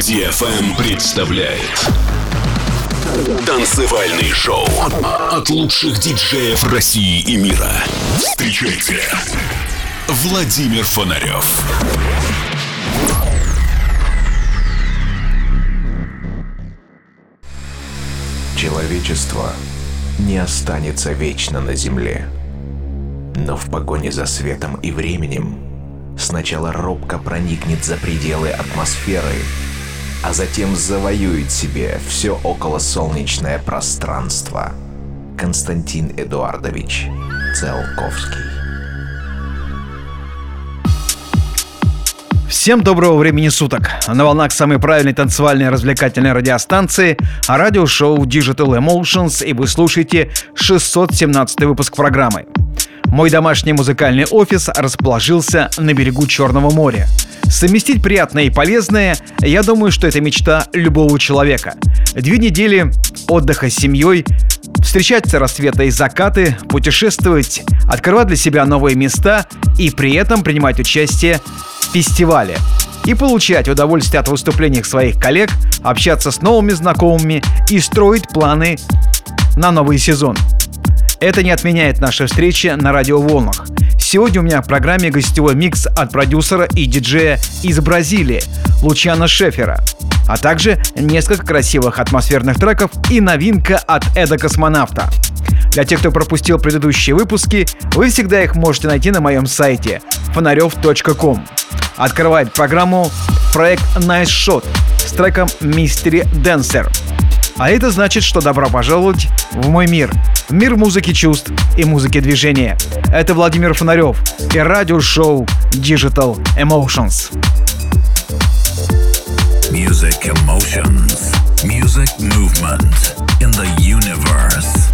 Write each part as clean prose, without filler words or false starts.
DFM представляет танцевальный шоу от лучших диджеев России и мира. Встречайте, Владимир Фонарев. Человечество не останется вечно на Земле. Но в погоне за светом и временем сначала робко проникнет за пределы атмосферы, а затем завоюет себе все околосолнечное пространство. Константин Эдуардович Циолковский. Всем доброго времени суток! На волнах самой правильной танцевальной и развлекательной радиостанции радиошоу Digital Emotions, и вы слушаете 617 выпуск программы. Мой домашний музыкальный офис расположился на берегу Черного моря. Совместить приятное и полезное, я думаю, что это мечта любого человека. 2 недели отдыха с семьей, встречать рассветы и закаты, путешествовать, открывать для себя новые места и при этом принимать участие в фестивале. И получать удовольствие от выступлений своих коллег, общаться с новыми знакомыми и строить планы на новый сезон. Это не отменяет наши встречи на радиоволнах. Сегодня у меня в программе гостевой микс от продюсера и диджея из Бразилии Лучано Шефера, а также несколько красивых атмосферных треков и новинка от Эда Космонавта. Для тех, кто пропустил предыдущие выпуски, вы всегда их можете найти на моем сайте fonarev.com. Открывает программу проект Nice Shot с треком Mystery Dancer. А это значит, что добро пожаловать в мой мир. В мир музыки чувств и музыки движения. Это Владимир Фонарев и радиошоу Digital Emotions. Music emotions, music movement in the universe.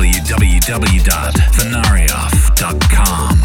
www.fonarev.com.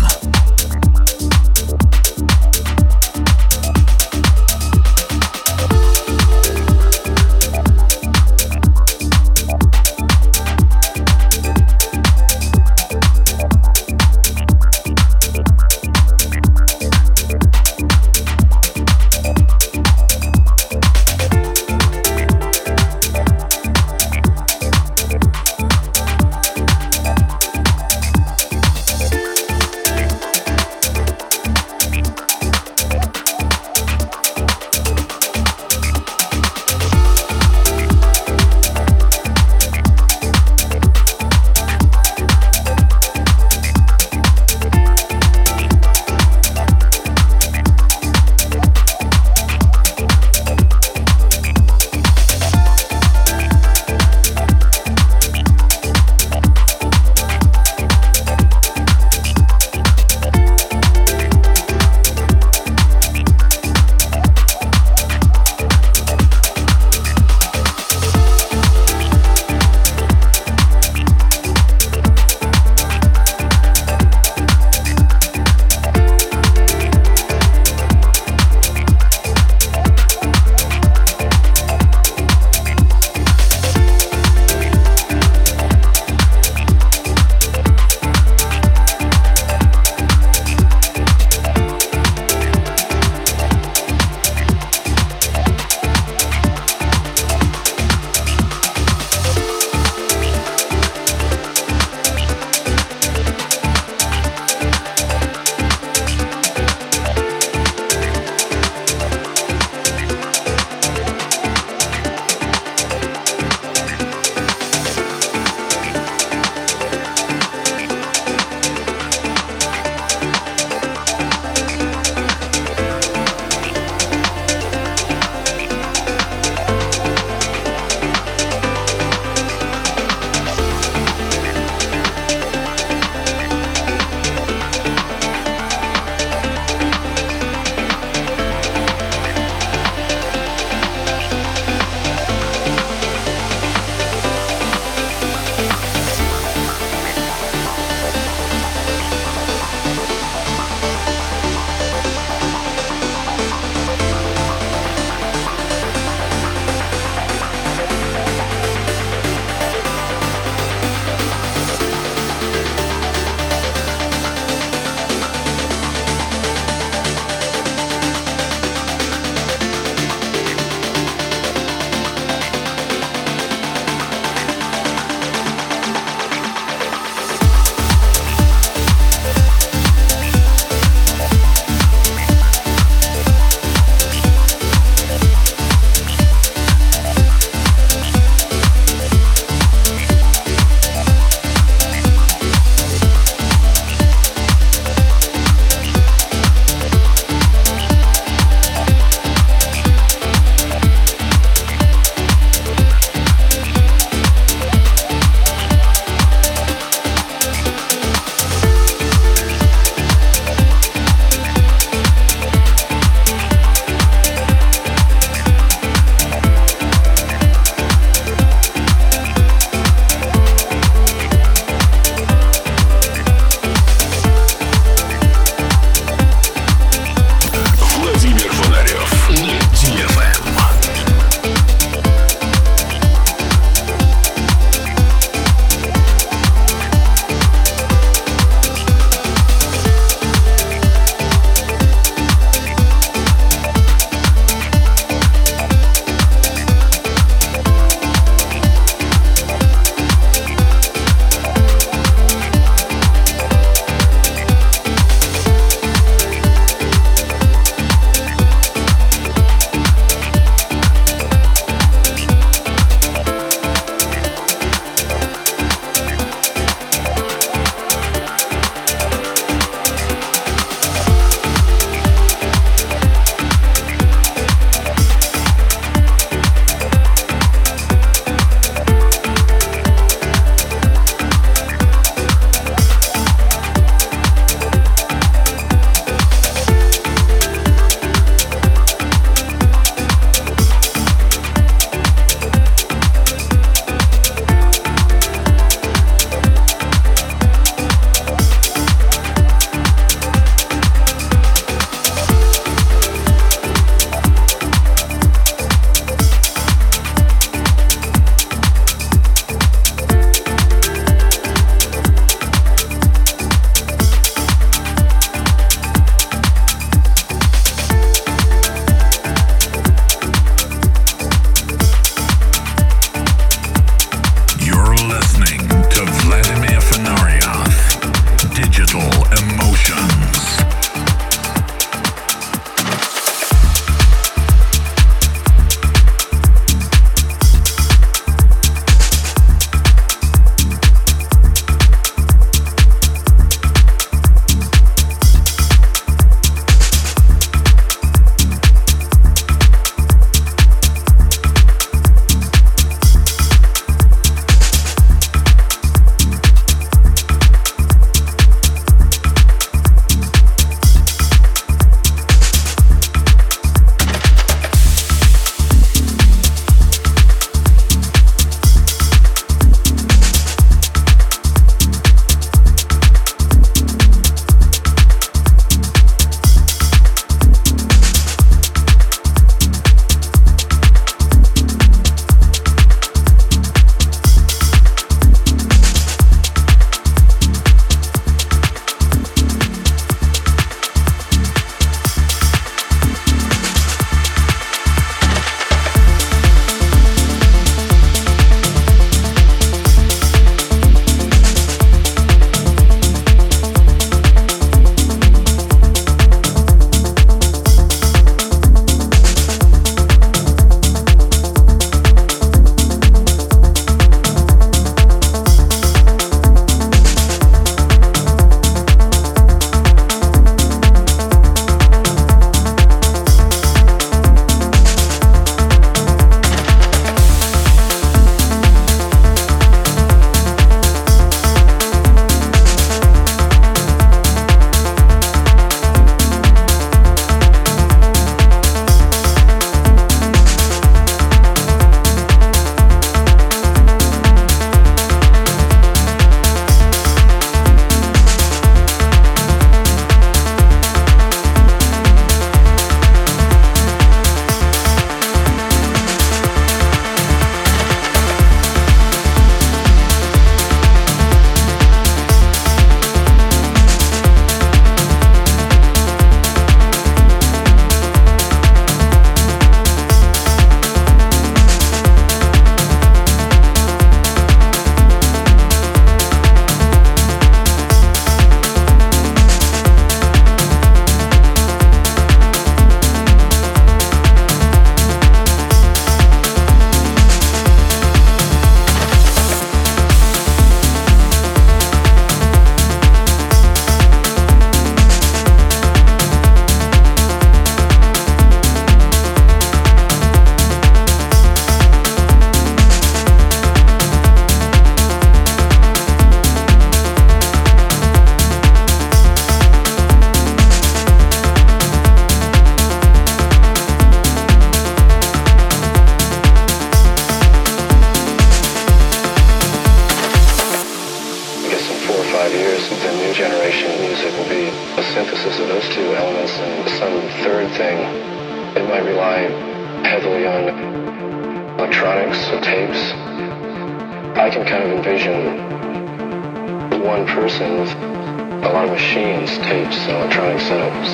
thing, it might rely heavily on electronics or tapes. I can kind of envision one person with a lot of machines, tapes, and electronic setups.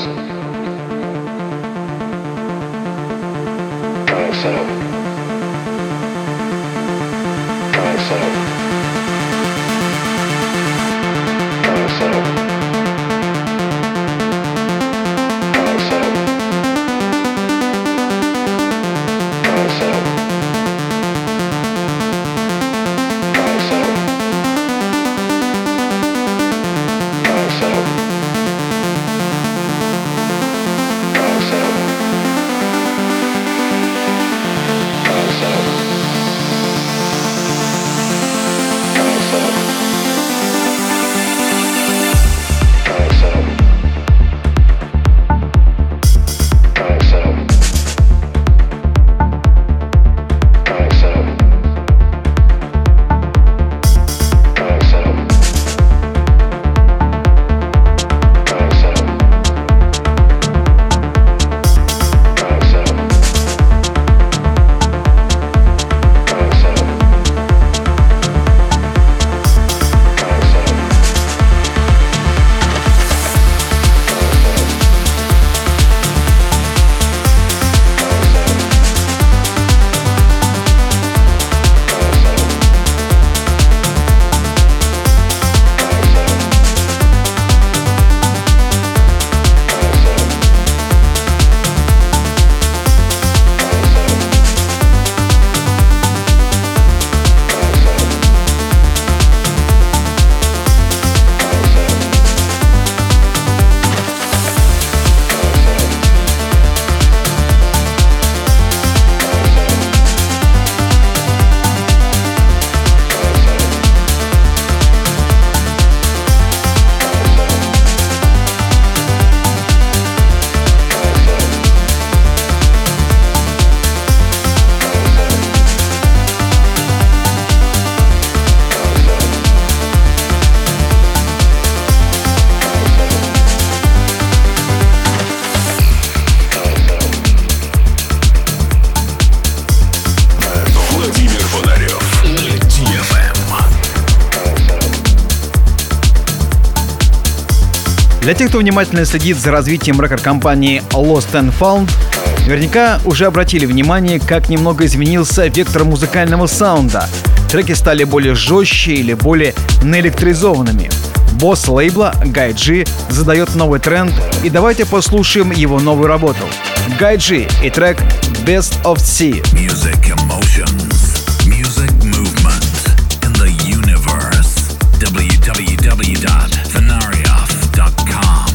Electronic setup. Electronic setup. Electronic setup. Для тех, кто внимательно следит за развитием рекорд-компании Lost and Found, наверняка уже обратили внимание, как немного изменился вектор музыкального саунда. Треки стали более жестче или более наэлектризованными. Босс лейбла Guy G задает новый тренд, и давайте послушаем его новую работу. Guy G и трек Best of Sea. Music emotions, music movement in the universe. www.venarioff.com.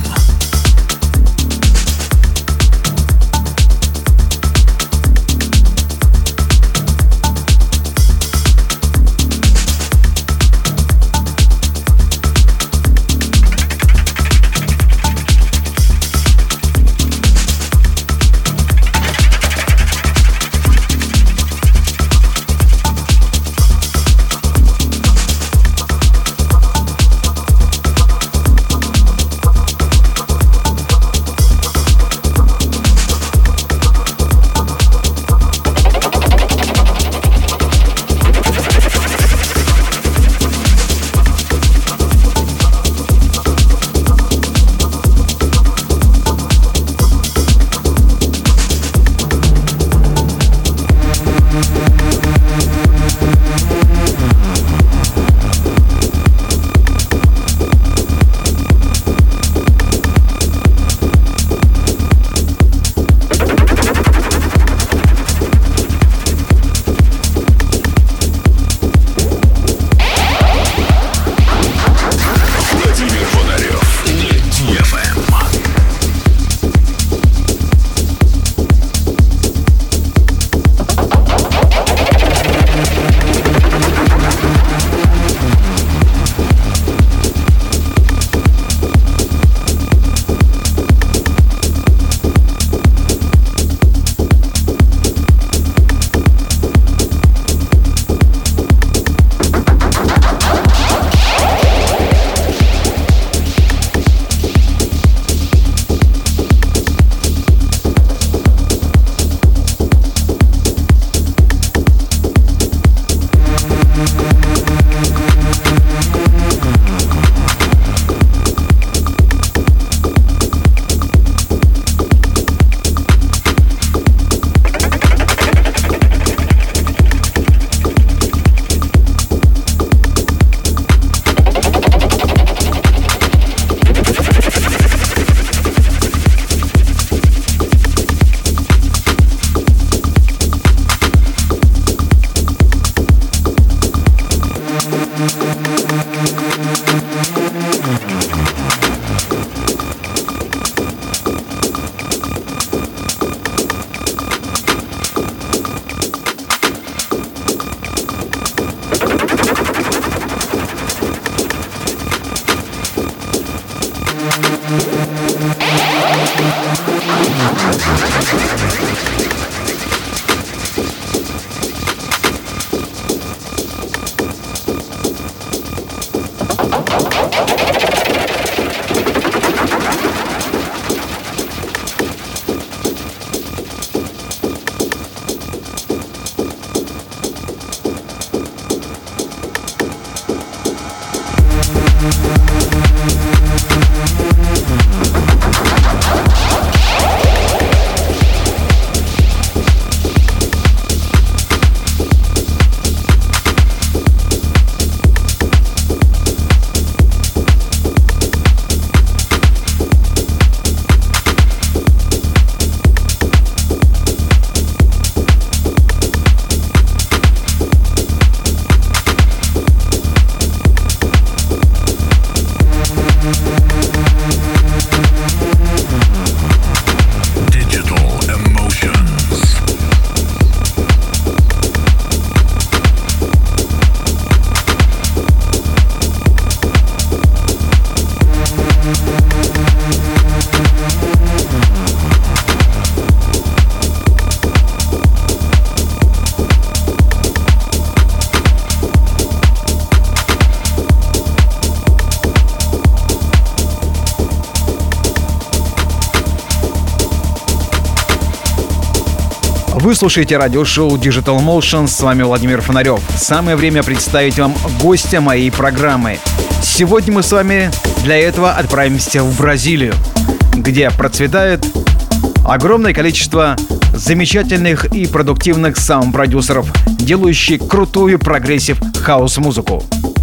Вы слушаете радиошоу Digital Motion, с вами Владимир Фонарев. Самое время представить вам гостя моей программы. Сегодня мы с вами для этого отправимся в Бразилию, где процветает огромное количество замечательных и продуктивных саунд-продюсеров, делающих крутую прогрессив-хаус-музыку.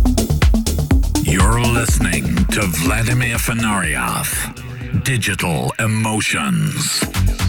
You're listening to Vladimir Fenarioff, Digital Emotions.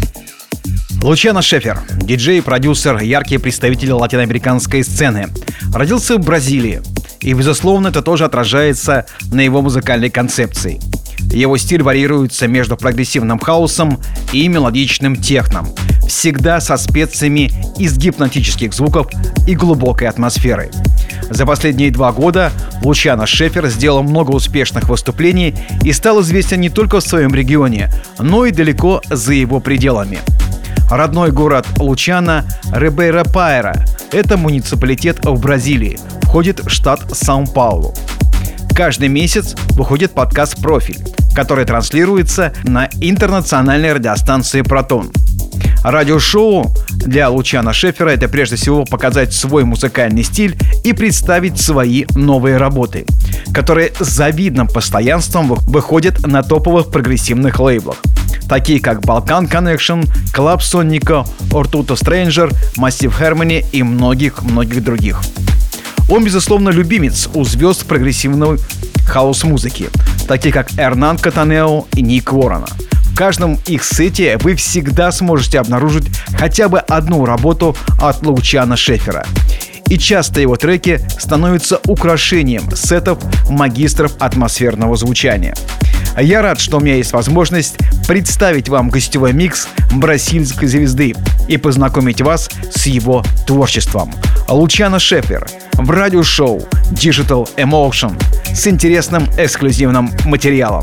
Лучано Шефер, диджей, продюсер, яркий представитель латиноамериканской сцены. Родился в Бразилии, и, безусловно, это тоже отражается на его музыкальной концепции. Его стиль варьируется между прогрессивным хаусом и мелодичным техном, всегда со специями из гипнотических звуков и глубокой атмосферы. За последние 2 года Лучано Шефер сделал много успешных выступлений и стал известен не только в своем регионе, но и далеко за его пределами. Родной город Лучано – Рибейра-Пайра. Это муниципалитет в Бразилии, входит в штат Сан-Паулу. Каждый месяц выходит подкаст «Профиль», который транслируется на интернациональной радиостанции «Протон». Радиошоу для Лучано Шефера – это прежде всего показать свой музыкальный стиль и представить свои новые работы, которые с завидным постоянством выходят на топовых прогрессивных лейблах, такие как Balkan Connection, Club Sonica, Ortuto Stranger, Massive Harmony и многих других. Он, безусловно, любимец у звезд прогрессивной хаус-музыки, таких как Эрнан Катанео и Ник Ворона. В каждом их сете вы всегда сможете обнаружить хотя бы одну работу от Лучано Шефера. И часто его треки становятся украшением сетов магистров атмосферного звучания. Я рад, что у меня есть возможность представить вам гостевой микс бразильской звезды и познакомить вас с его творчеством. Лучано Шефер в радиошоу Digital Emotion с интересным эксклюзивным материалом.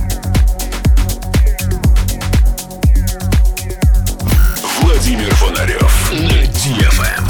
Владимир Фонарев на DFM.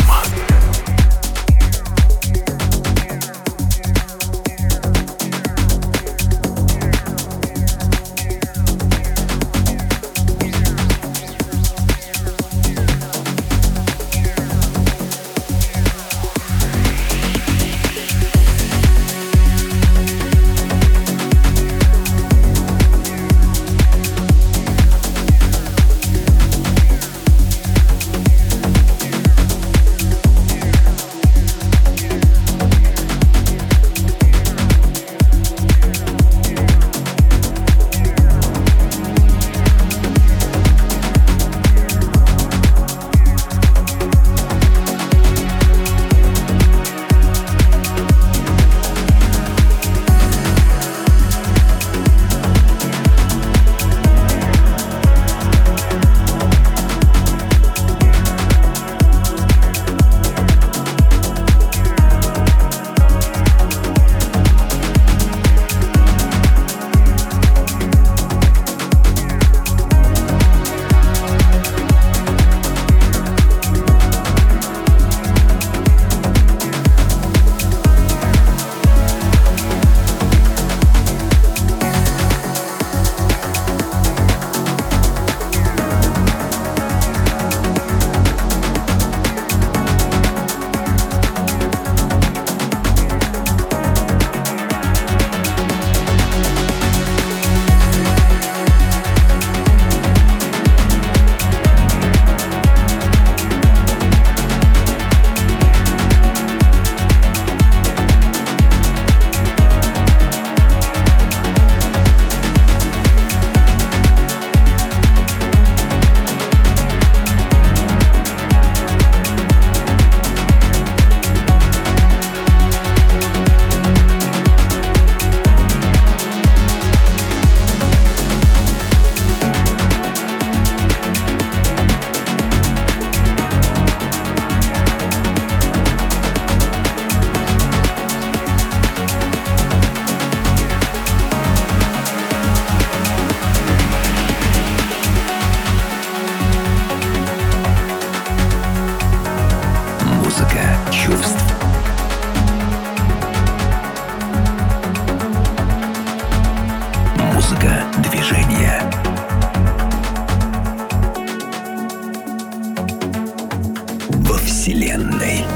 Вселенной.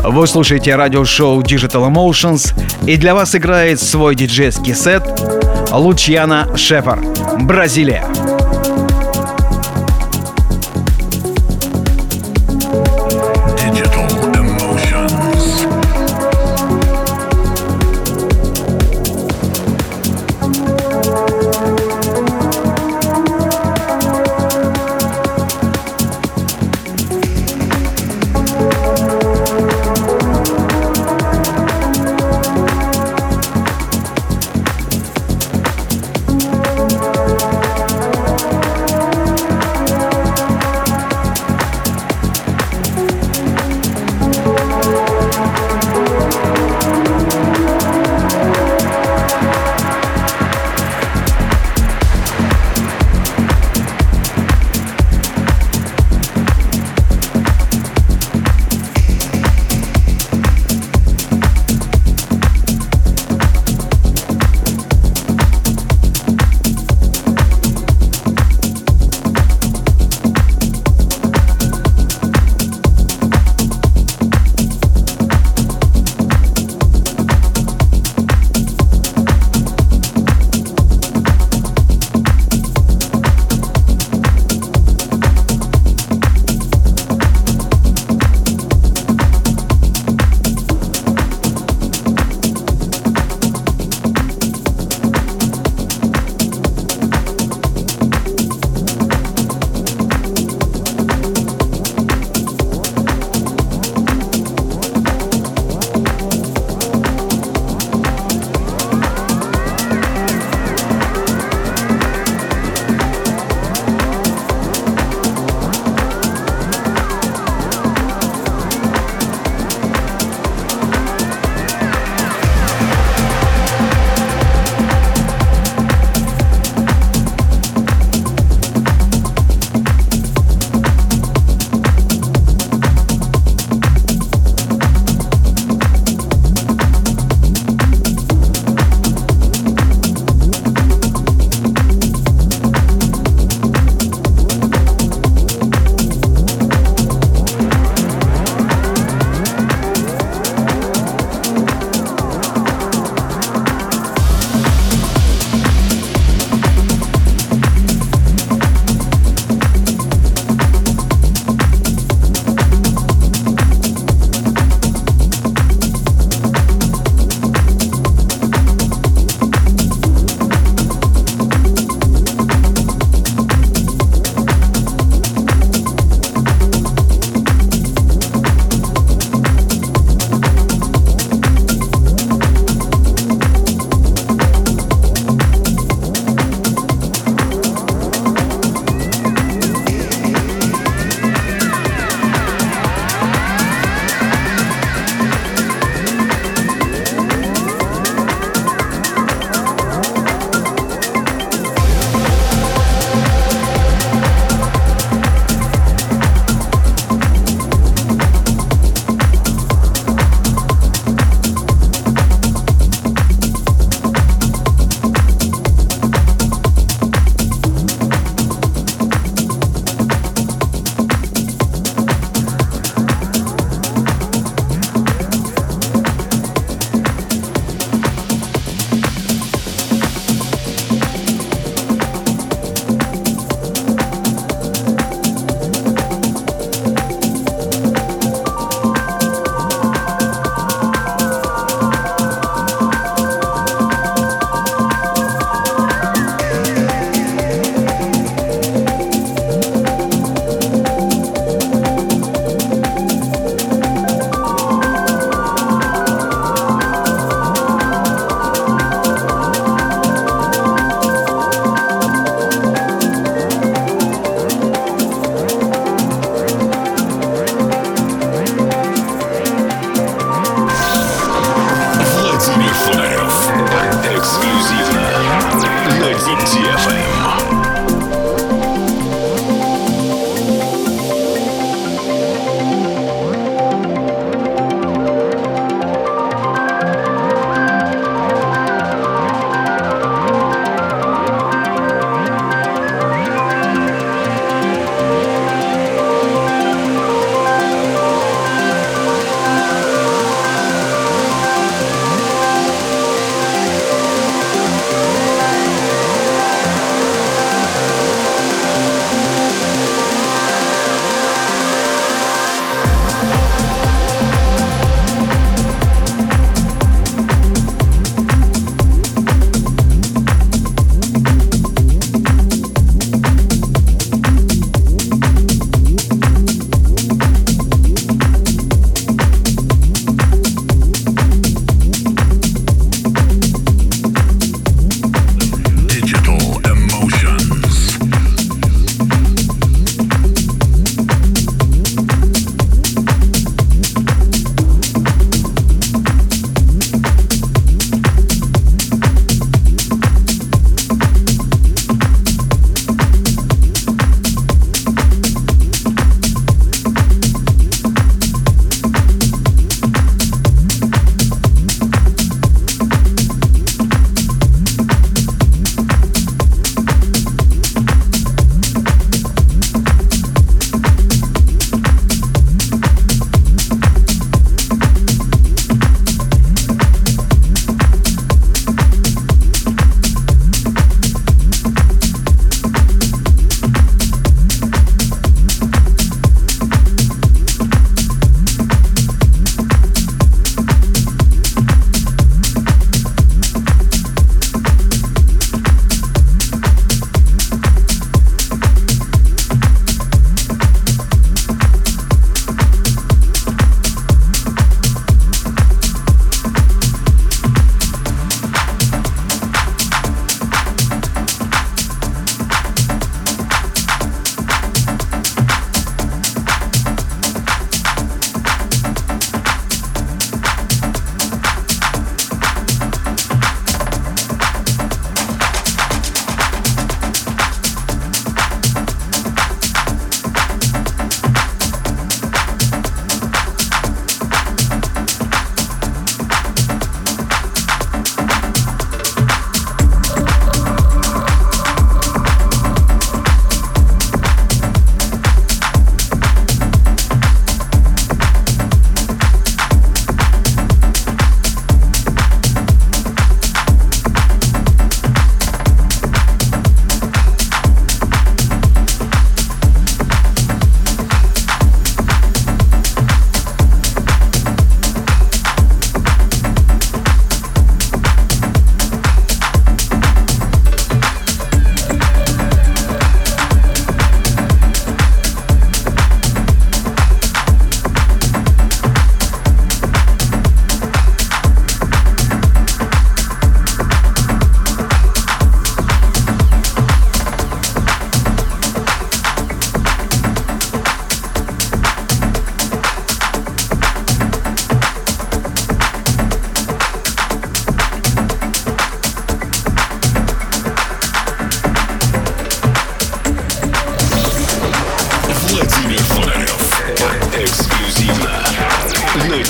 Вы слушаете радиошоу Digital Emotions, и для вас играет свой диджейский сет Лучьяно Шефер, Бразилия.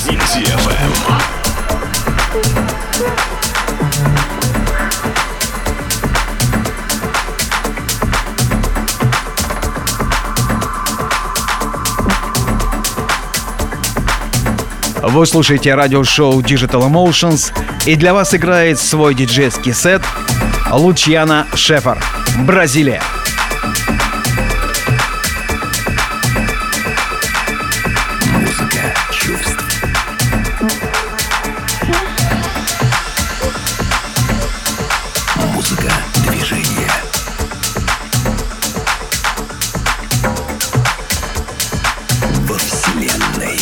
DFM. Вы слушаете радиошоу Digital Emotions, и для вас играет свой диджейский сет Лучьяно Шефер, Бразилия. Музыка чувств. Музыка движения. Во вселенной.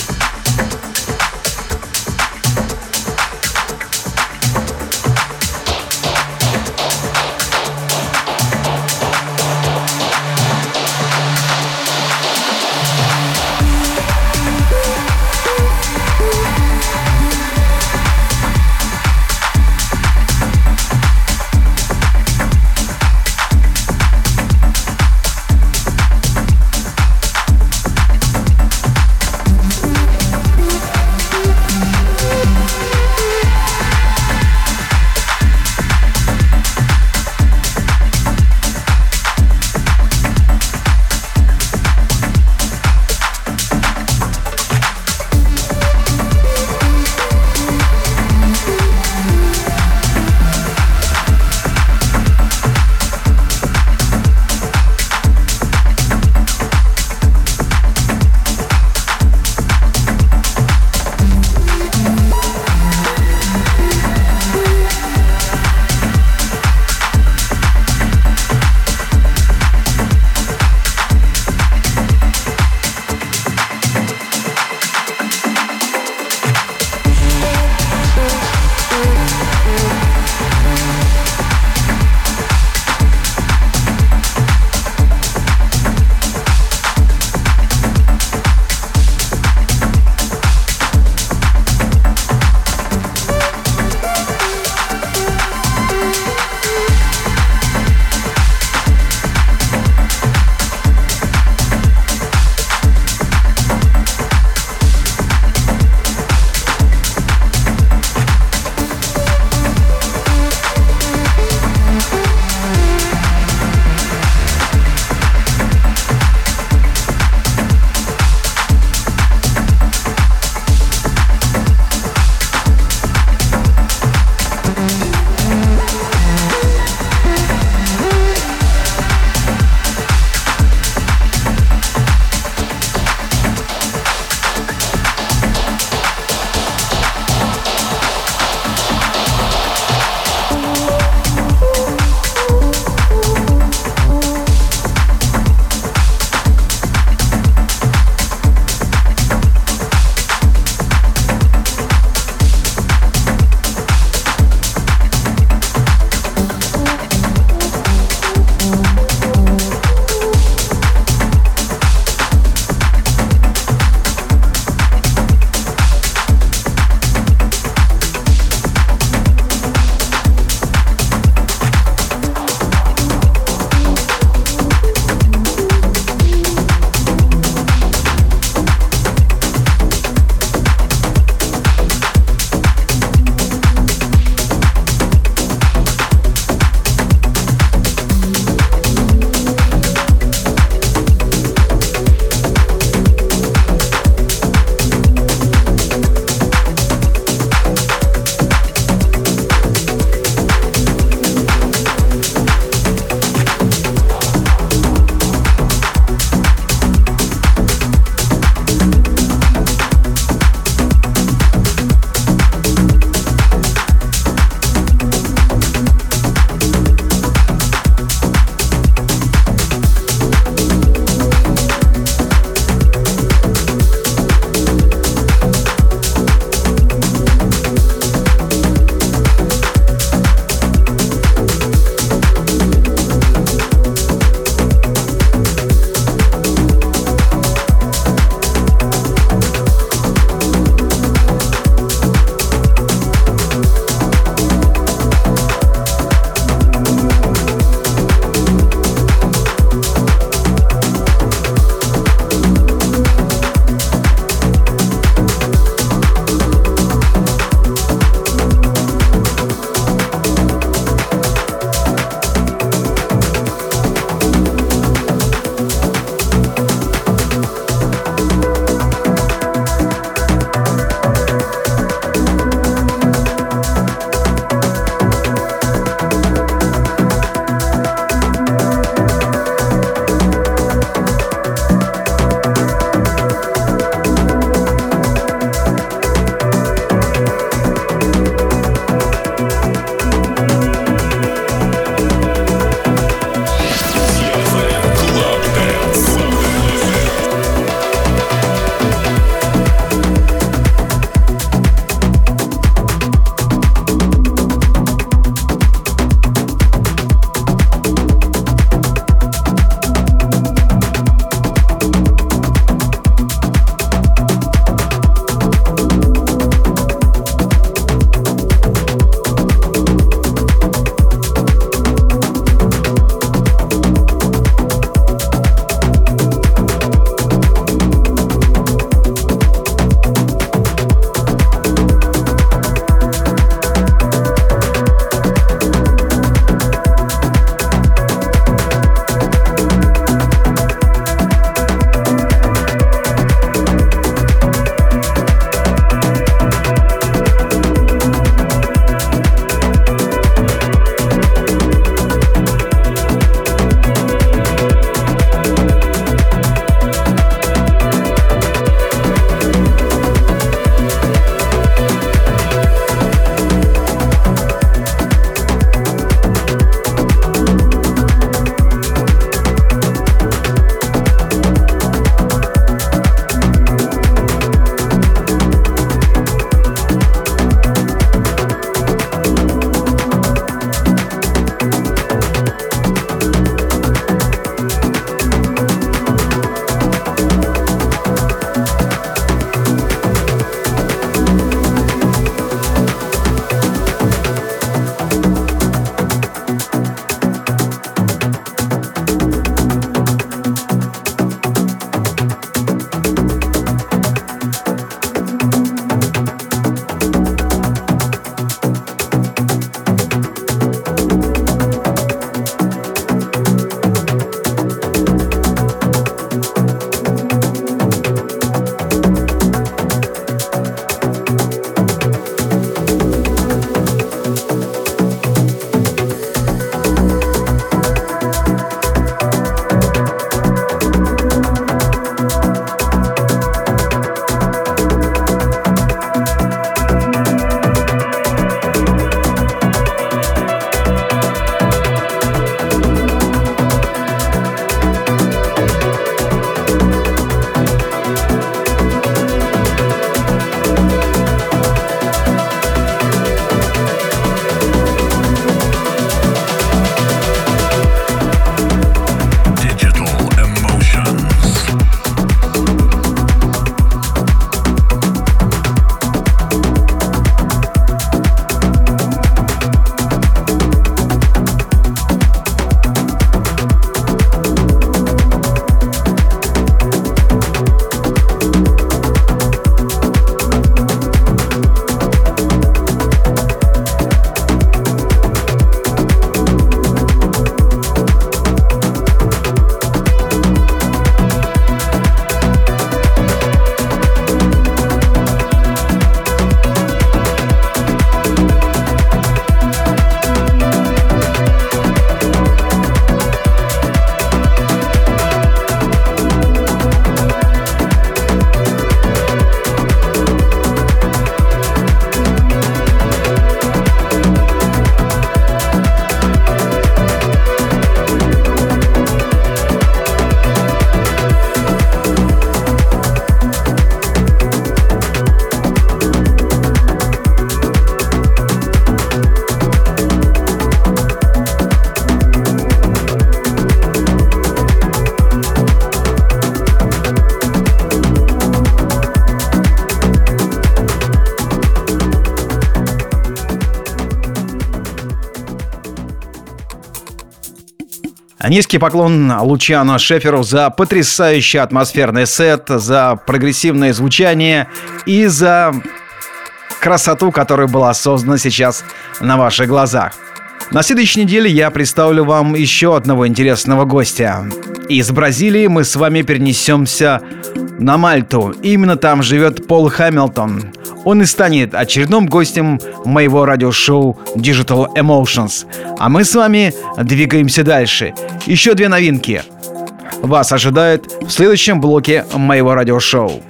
Низкий поклон Лучано Шеферу за потрясающий атмосферный сет, за прогрессивное звучание и за красоту, которая была создана сейчас на ваших глазах. На следующей неделе я представлю вам еще одного интересного гостя. Из Бразилии мы с вами перенесемся на Мальту. Именно там живет Пол Хэмилтон. Он и станет очередным гостем моего радиошоу Digital Emotions. А мы с вами двигаемся дальше. Еще две новинки вас ожидают в следующем блоке моего радиошоу.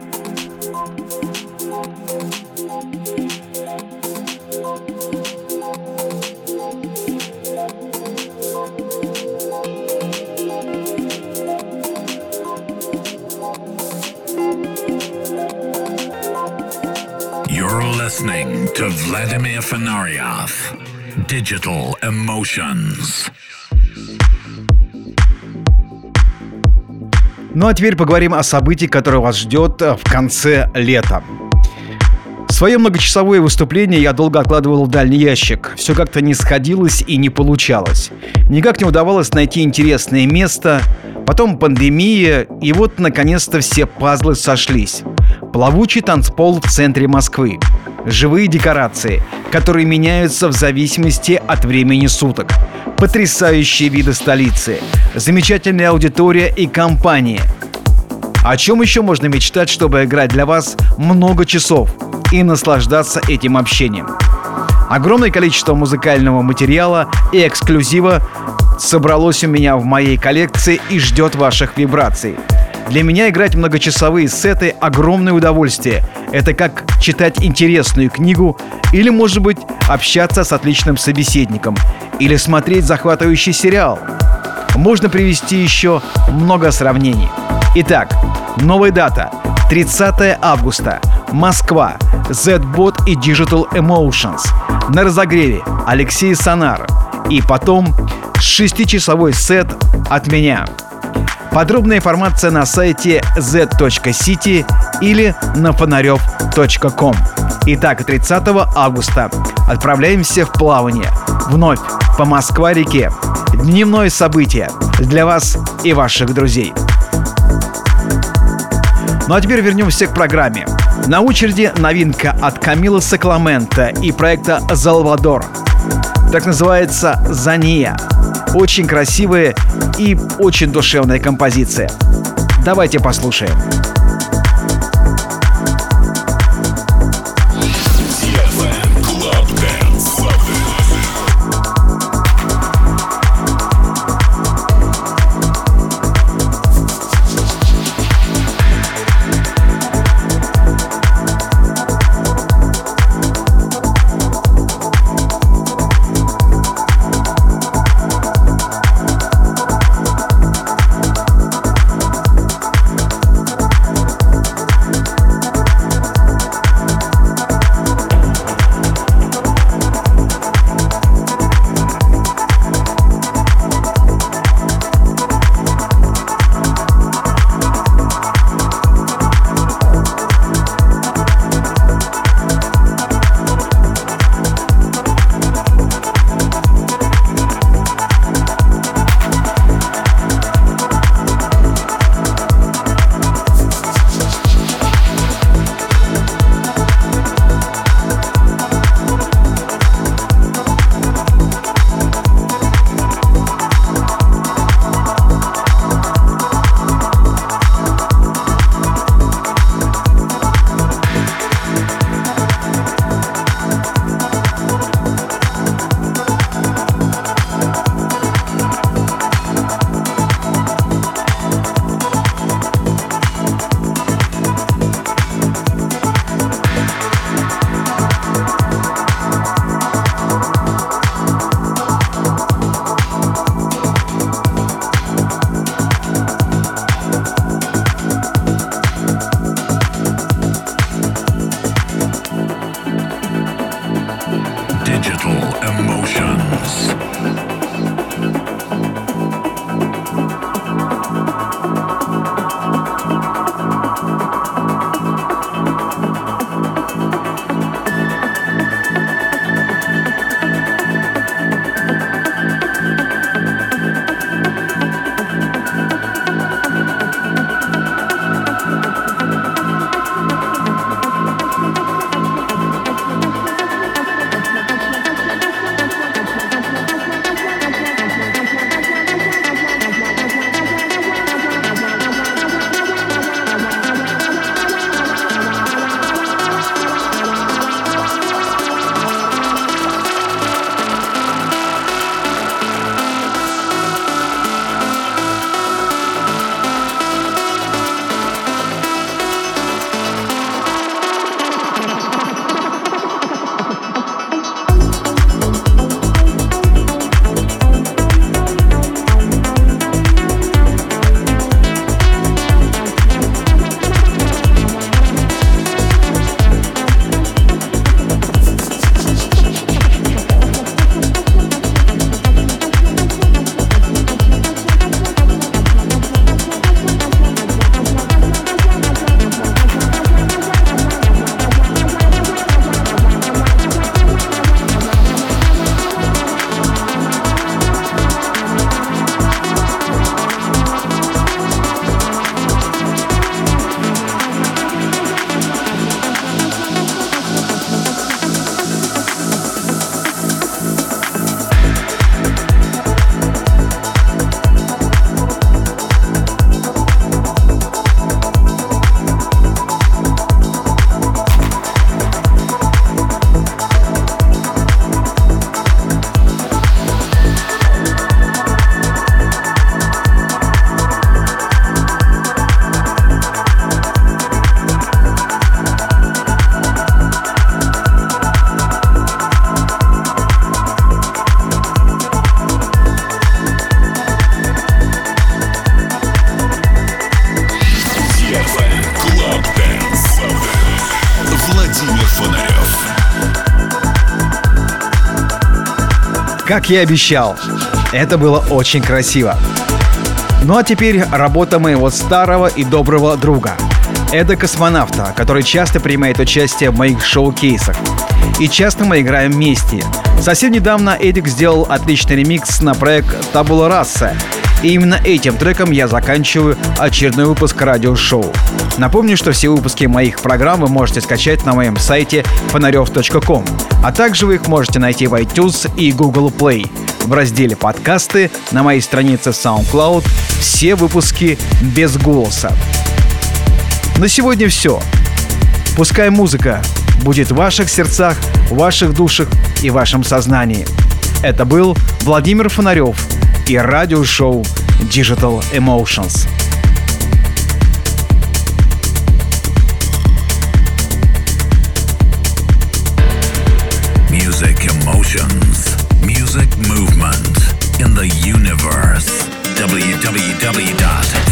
Listening to Vladimir Fenarioff, Digital Emotions. Ну а теперь поговорим о событии, которое вас ждет в конце лета. Свое многочасовое выступление я долго откладывал в дальний ящик. Все как-то не сходилось и не получалось. Никак не удавалось найти интересное место. Потом пандемия, и вот наконец-то все пазлы сошлись. Плавучий танцпол в центре Москвы. Живые декорации, которые меняются в зависимости от времени суток. Потрясающие виды столицы. Замечательная аудитория и компания. О чем еще можно мечтать, чтобы играть для вас много часов и наслаждаться этим общением? Огромное количество музыкального материала и эксклюзива собралось у меня в моей коллекции и ждет ваших вибраций. Для меня играть многочасовые сеты – огромное удовольствие. Это как читать интересную книгу или, может быть, общаться с отличным собеседником или смотреть захватывающий сериал. Можно привести еще много сравнений. Итак, новая дата – 30 августа. Москва. Z-Bot и Digital Emotions. На разогреве Алексей Сонар. И потом 6-часовой сет от меня. Подробная информация на сайте z.city или на фонарев.com. Итак, 30 августа отправляемся в плавание. Вновь по Москва-реке. Дневное событие для вас и ваших друзей. Ну а теперь вернемся к программе. На очереди новинка от Камила Сакламента и проекта «Залвадор». Так называется «Зания». Очень красивая и очень душевная композиция. Давайте послушаем. Как я и обещал, это было очень красиво. Ну а теперь работа моего старого и доброго друга Эда Космонавта, который часто принимает участие в моих шоу-кейсах. И часто мы играем вместе. Совсем недавно Эдик сделал отличный ремикс на проект Табула Раса. И именно этим треком я заканчиваю очередной выпуск радиошоу. Напомню, что все выпуски моих программ вы можете скачать на моем сайте фонарев.com, а также вы их можете найти в iTunes и Google Play. В разделе «Подкасты» на моей странице SoundCloud все выпуски без голоса. На сегодня все. Пускай музыка будет в ваших сердцах, в ваших душах и в вашем сознании. Это был Владимир Фонарев и радиошоу Digital Emotions. Music emotions, music movement in the universe. www